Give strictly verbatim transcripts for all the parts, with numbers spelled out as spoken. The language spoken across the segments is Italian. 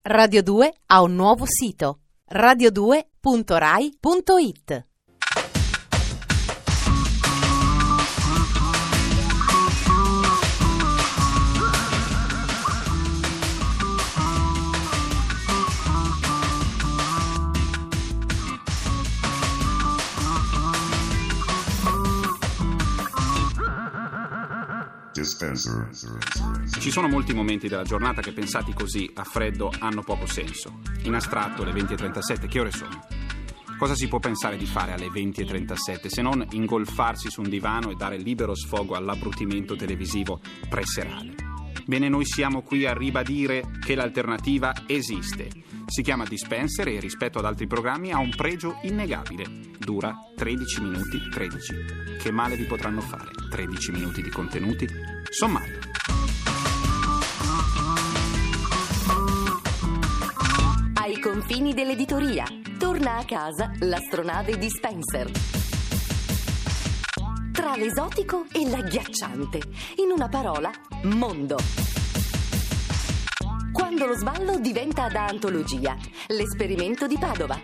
Radio due ha un nuovo sito: radio due punto rai punto it. Ci sono molti momenti della giornata che, pensati così a freddo, hanno poco senso. In astratto, le venti e trentasette, che ore sono? Cosa si può pensare di fare alle venti e trentasette se non ingolfarsi su un divano e dare libero sfogo all'abbrutimento televisivo pre-serale? Bene, noi siamo qui a ribadire che l'alternativa esiste. Si chiama Dispenser e rispetto ad altri programmi ha un pregio innegabile. Dura tredici minuti tredici. Che male vi potranno fare? tredici minuti di contenuti sommati. Ai confini dell'editoria. Torna a casa l'astronave Dispenser. Tra l'esotico e l'agghiacciante. In una parola, mondo. Quando lo sballo diventa da antologia. L'esperimento di Padova.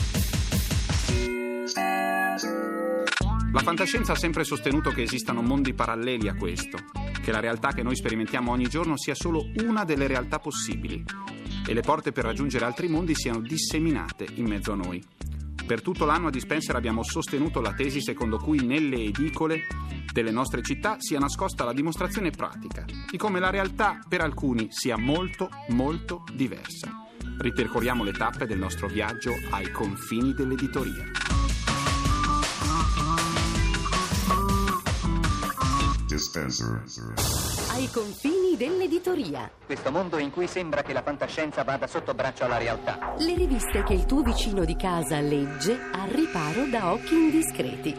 La fantascienza ha sempre sostenuto che esistano mondi paralleli a questo, che la realtà che noi sperimentiamo ogni giorno sia solo una delle realtà possibili e le porte per raggiungere altri mondi siano disseminate in mezzo a noi. Per tutto l'anno a Dispenser abbiamo sostenuto la tesi secondo cui nelle edicole delle nostre città sia nascosta la dimostrazione pratica di come la realtà per alcuni sia molto, molto diversa. Ripercorriamo le tappe del nostro viaggio ai confini dell'editoria. Dispenser. Ai confini dell'editoria. Questo mondo in cui sembra che la fantascienza vada sotto braccio alla realtà. Le riviste che il tuo vicino di casa legge al riparo da occhi indiscreti.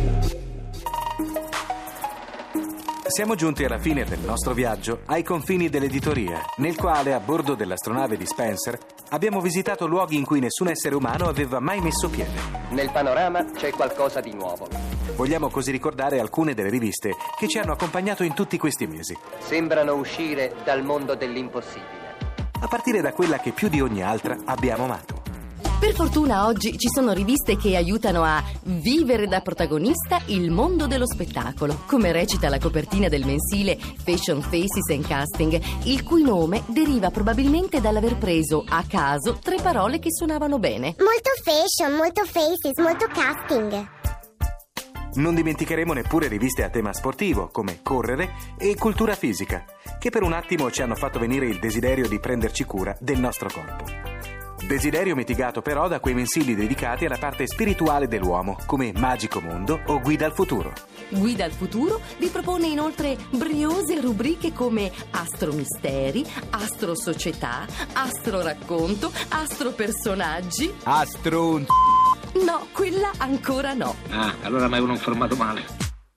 Siamo giunti alla fine del nostro viaggio ai confini dell'editoria, nel quale, a bordo dell'astronave Dispenser, abbiamo visitato luoghi in cui nessun essere umano aveva mai messo piede. Nel panorama c'è qualcosa di nuovo. Vogliamo così ricordare alcune delle riviste che ci hanno accompagnato in tutti questi mesi. Sembrano uscire dal mondo dell'impossibile. A partire da quella che più di ogni altra abbiamo amato. Per fortuna oggi ci sono riviste che aiutano a vivere da protagonista il mondo dello spettacolo, come recita la copertina del mensile Fashion Faces and Casting, il cui nome deriva probabilmente dall'aver preso a caso tre parole che suonavano bene. Molto fashion, molto faces, molto casting. Non dimenticheremo neppure riviste a tema sportivo, come Correre e Cultura Fisica, che per un attimo ci hanno fatto venire il desiderio di prenderci cura del nostro corpo. Desiderio mitigato però da quei mensili dedicati alla parte spirituale dell'uomo, come Magico Mondo o Guida al Futuro. Guida al Futuro vi propone inoltre briose rubriche come Astromisteri, Astrosocietà, Astroracconto, Astropersonaggi. Astro... No, quella ancora no. Ah, allora mi avevo informato male.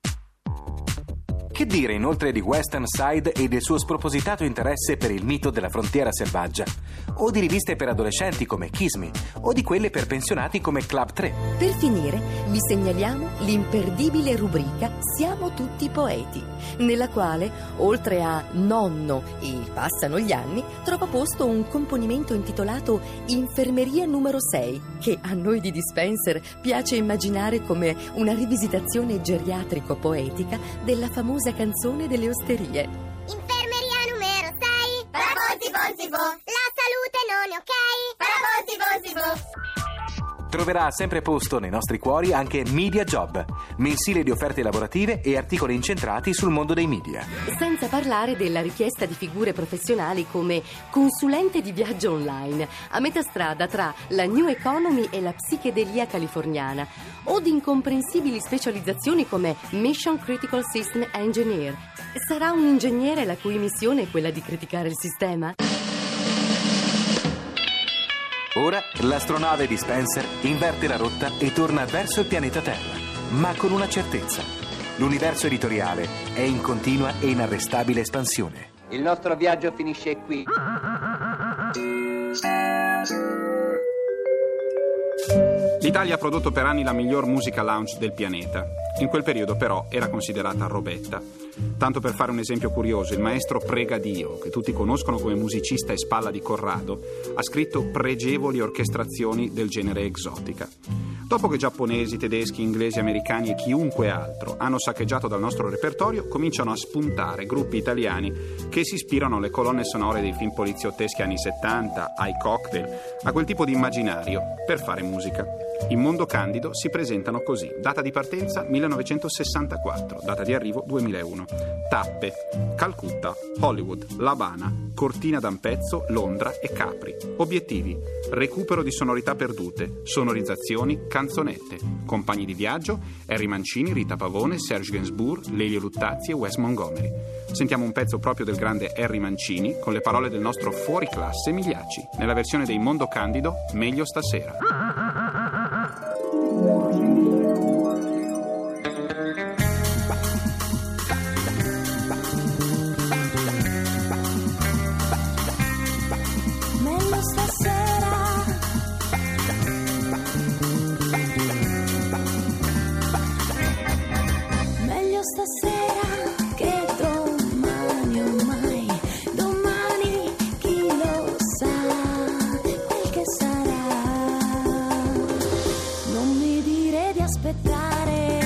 Che dire inoltre di Western Side e del suo spropositato interesse per il mito della frontiera selvaggia, o di riviste per adolescenti come Kiss Me, o di quelle per pensionati come Club tre. Per finire, vi segnaliamo l'imperdibile rubrica Siamo tutti poeti, nella quale, oltre a Nonno e Passano gli anni, trova posto un componimento intitolato Infermeria numero sei, che a noi di Dispenser piace immaginare come una rivisitazione geriatrico-poetica della famosa canzone delle osterie. Infermeria numero sei. Parabolsi, bolsi, bo. La salute non è ok. Parabolsi, bolsi, bo. Troverà sempre posto nei nostri cuori anche Media Job, mensile di offerte lavorative e articoli incentrati sul mondo dei media. Senza parlare della richiesta di figure professionali come consulente di viaggio online, a metà strada tra la New Economy e la psichedelia californiana, o di incomprensibili specializzazioni come Mission Critical System Engineer. Sarà un ingegnere la cui missione è quella di criticare il sistema? Ora l'astronave Dispenser inverte la rotta e torna verso il pianeta Terra, ma con una certezza: l'universo editoriale è in continua e inarrestabile espansione. Il nostro viaggio finisce qui. L'Italia ha prodotto per anni la miglior musica lounge del pianeta. In quel periodo però era considerata robetta. Tanto per fare un esempio curioso, il maestro Pregadio, che tutti conoscono come musicista e spalla di Corrado, ha scritto pregevoli orchestrazioni del genere exotica. Dopo che giapponesi, tedeschi, inglesi, americani e chiunque altro hanno saccheggiato dal nostro repertorio, cominciano a spuntare gruppi italiani che si ispirano alle colonne sonore dei film poliziotteschi anni settanta, ai cocktail, a quel tipo di immaginario per fare musica. In Mondo Candido si presentano così: data di partenza millenovecentosessantaquattro, data di arrivo duemilauno. Tappe: Calcutta, Hollywood, L'Habana, Cortina d'Ampezzo, Londra e Capri. Obiettivi: recupero di sonorità perdute, sonorizzazioni, canzonette. Compagni di viaggio: Harry Mancini, Rita Pavone, Serge Gainsbourg, Lelio Luttazzi e Wes Montgomery. Sentiamo un pezzo proprio del grande Harry Mancini con le parole del nostro fuoriclasse Migliacci, nella versione dei Mondo Candido Meglio stasera. Meglio stasera, meglio stasera che domani ormai, domani chi lo sa quel che sarà. Non mi dire di aspettare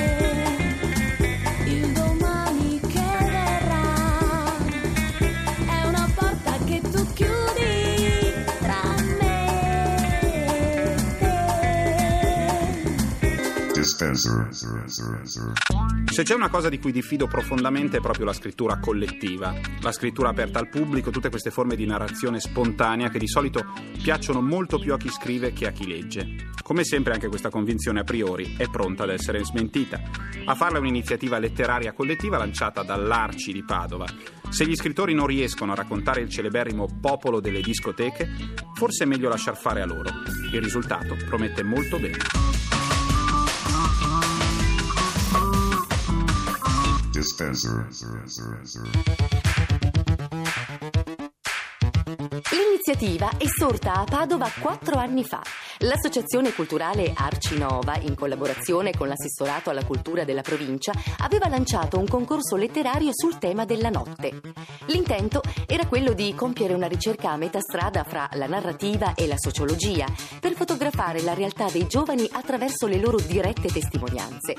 il domani che verrà, è una porta che tu chiudi tra me e te. Dispenser. Se c'è una cosa di cui diffido profondamente è proprio la scrittura collettiva, la scrittura aperta al pubblico, tutte queste forme di narrazione spontanea che di solito piacciono molto più a chi scrive che a chi legge. Come sempre anche questa convinzione a priori è pronta ad essere smentita. A farla è un'iniziativa letteraria collettiva lanciata dall'Arci di Padova. Se gli scrittori non riescono a raccontare il celeberrimo popolo delle discoteche, forse è meglio lasciar fare a loro. Il risultato promette molto bene. Dispenser. L'iniziativa è sorta a Padova quattro anni fa. L'associazione culturale Arci Nova, in collaborazione con l'assessorato alla cultura della provincia, aveva lanciato un concorso letterario sul tema della notte. L'intento era quello di compiere una ricerca a metà strada fra la narrativa e la sociologia, per fotografare la realtà dei giovani attraverso le loro dirette testimonianze.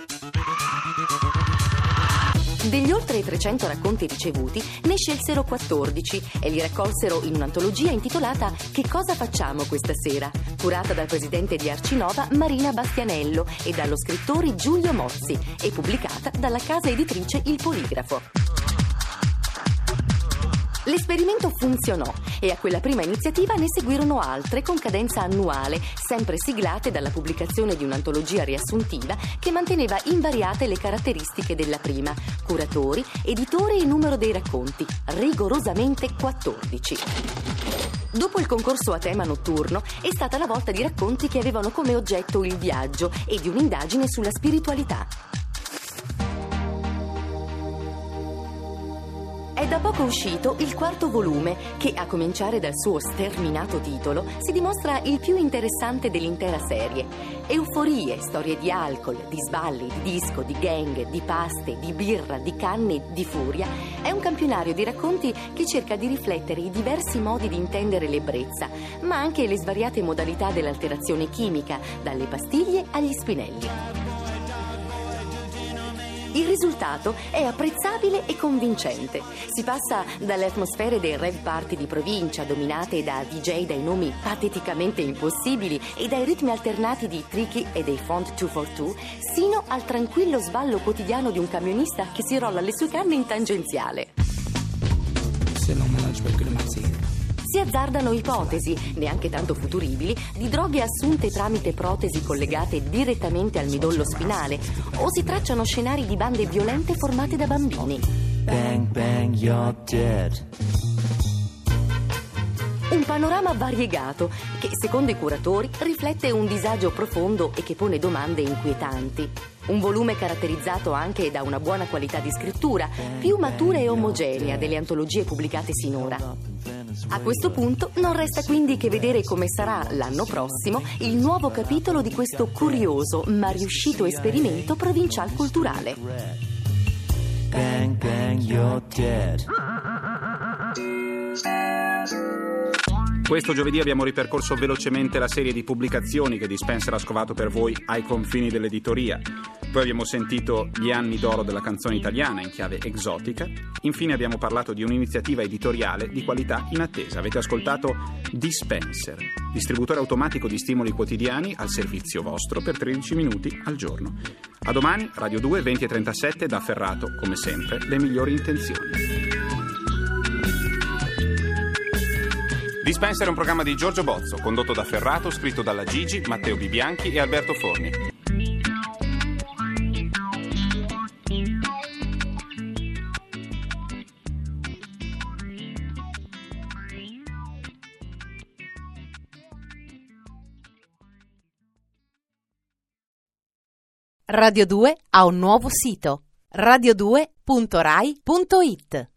Degli oltre trecento racconti ricevuti, ne scelsero quattordici e li raccolsero in un'antologia intitolata Che cosa facciamo questa sera?, curata dal presidente di Arcinova Marina Bastianello e dallo scrittore Giulio Mozzi e pubblicata dalla casa editrice Il Poligrafo. L'esperimento funzionò e a quella prima iniziativa ne seguirono altre con cadenza annuale, sempre siglate dalla pubblicazione di un'antologia riassuntiva che manteneva invariate le caratteristiche della prima: curatori, editore e numero dei racconti, rigorosamente quattordici. Dopo il concorso a tema notturno è stata la volta di racconti che avevano come oggetto il viaggio e di un'indagine sulla spiritualità. È da poco uscito il quarto volume che, a cominciare dal suo sterminato titolo, si dimostra il più interessante dell'intera serie. Euforie, storie di alcol, di sballi, di disco, di gang, di paste, di birra, di canne, di furia, è un campionario di racconti che cerca di riflettere i diversi modi di intendere l'ebbrezza, ma anche le svariate modalità dell'alterazione chimica, dalle pastiglie agli spinelli. Il risultato è apprezzabile e convincente. Si passa dalle atmosfere dei rave party di provincia, dominate da D J dai nomi pateticamente impossibili e dai ritmi alternati di Tricky e dei Font duecentoquarantadue, sino al tranquillo sballo quotidiano di un camionista che si rolla le sue canne in tangenziale. Si azzardano ipotesi, neanche tanto futuribili, di droghe assunte tramite protesi collegate direttamente al midollo spinale, o si tracciano scenari di bande violente formate da bambini. Bang bang, you're dead. Un panorama variegato che, secondo i curatori, riflette un disagio profondo e che pone domande inquietanti. Un volume caratterizzato anche da una buona qualità di scrittura, più matura e omogenea delle antologie pubblicate sinora. A questo punto non resta quindi che vedere come sarà l'anno prossimo il nuovo capitolo di questo curioso ma riuscito esperimento provincial culturale. Bang, bang, you're dead. Questo giovedì abbiamo ripercorso velocemente la serie di pubblicazioni che Dispenser ha scovato per voi ai confini dell'editoria. Poi abbiamo sentito gli anni d'oro della canzone italiana in chiave esotica. Infine abbiamo parlato di un'iniziativa editoriale di qualità in attesa. Avete ascoltato Dispenser, distributore automatico di stimoli quotidiani al servizio vostro per tredici minuti al giorno. A domani, Radio due, venti e trentasette, da Ferrato, come sempre, le migliori intenzioni. Dispenser è un programma di Giorgio Bozzo, condotto da Ferrato, scritto dalla Gigi, Matteo Bibianchi e Alberto Forni. Radio due ha un nuovo sito: radio due punto rai punto it.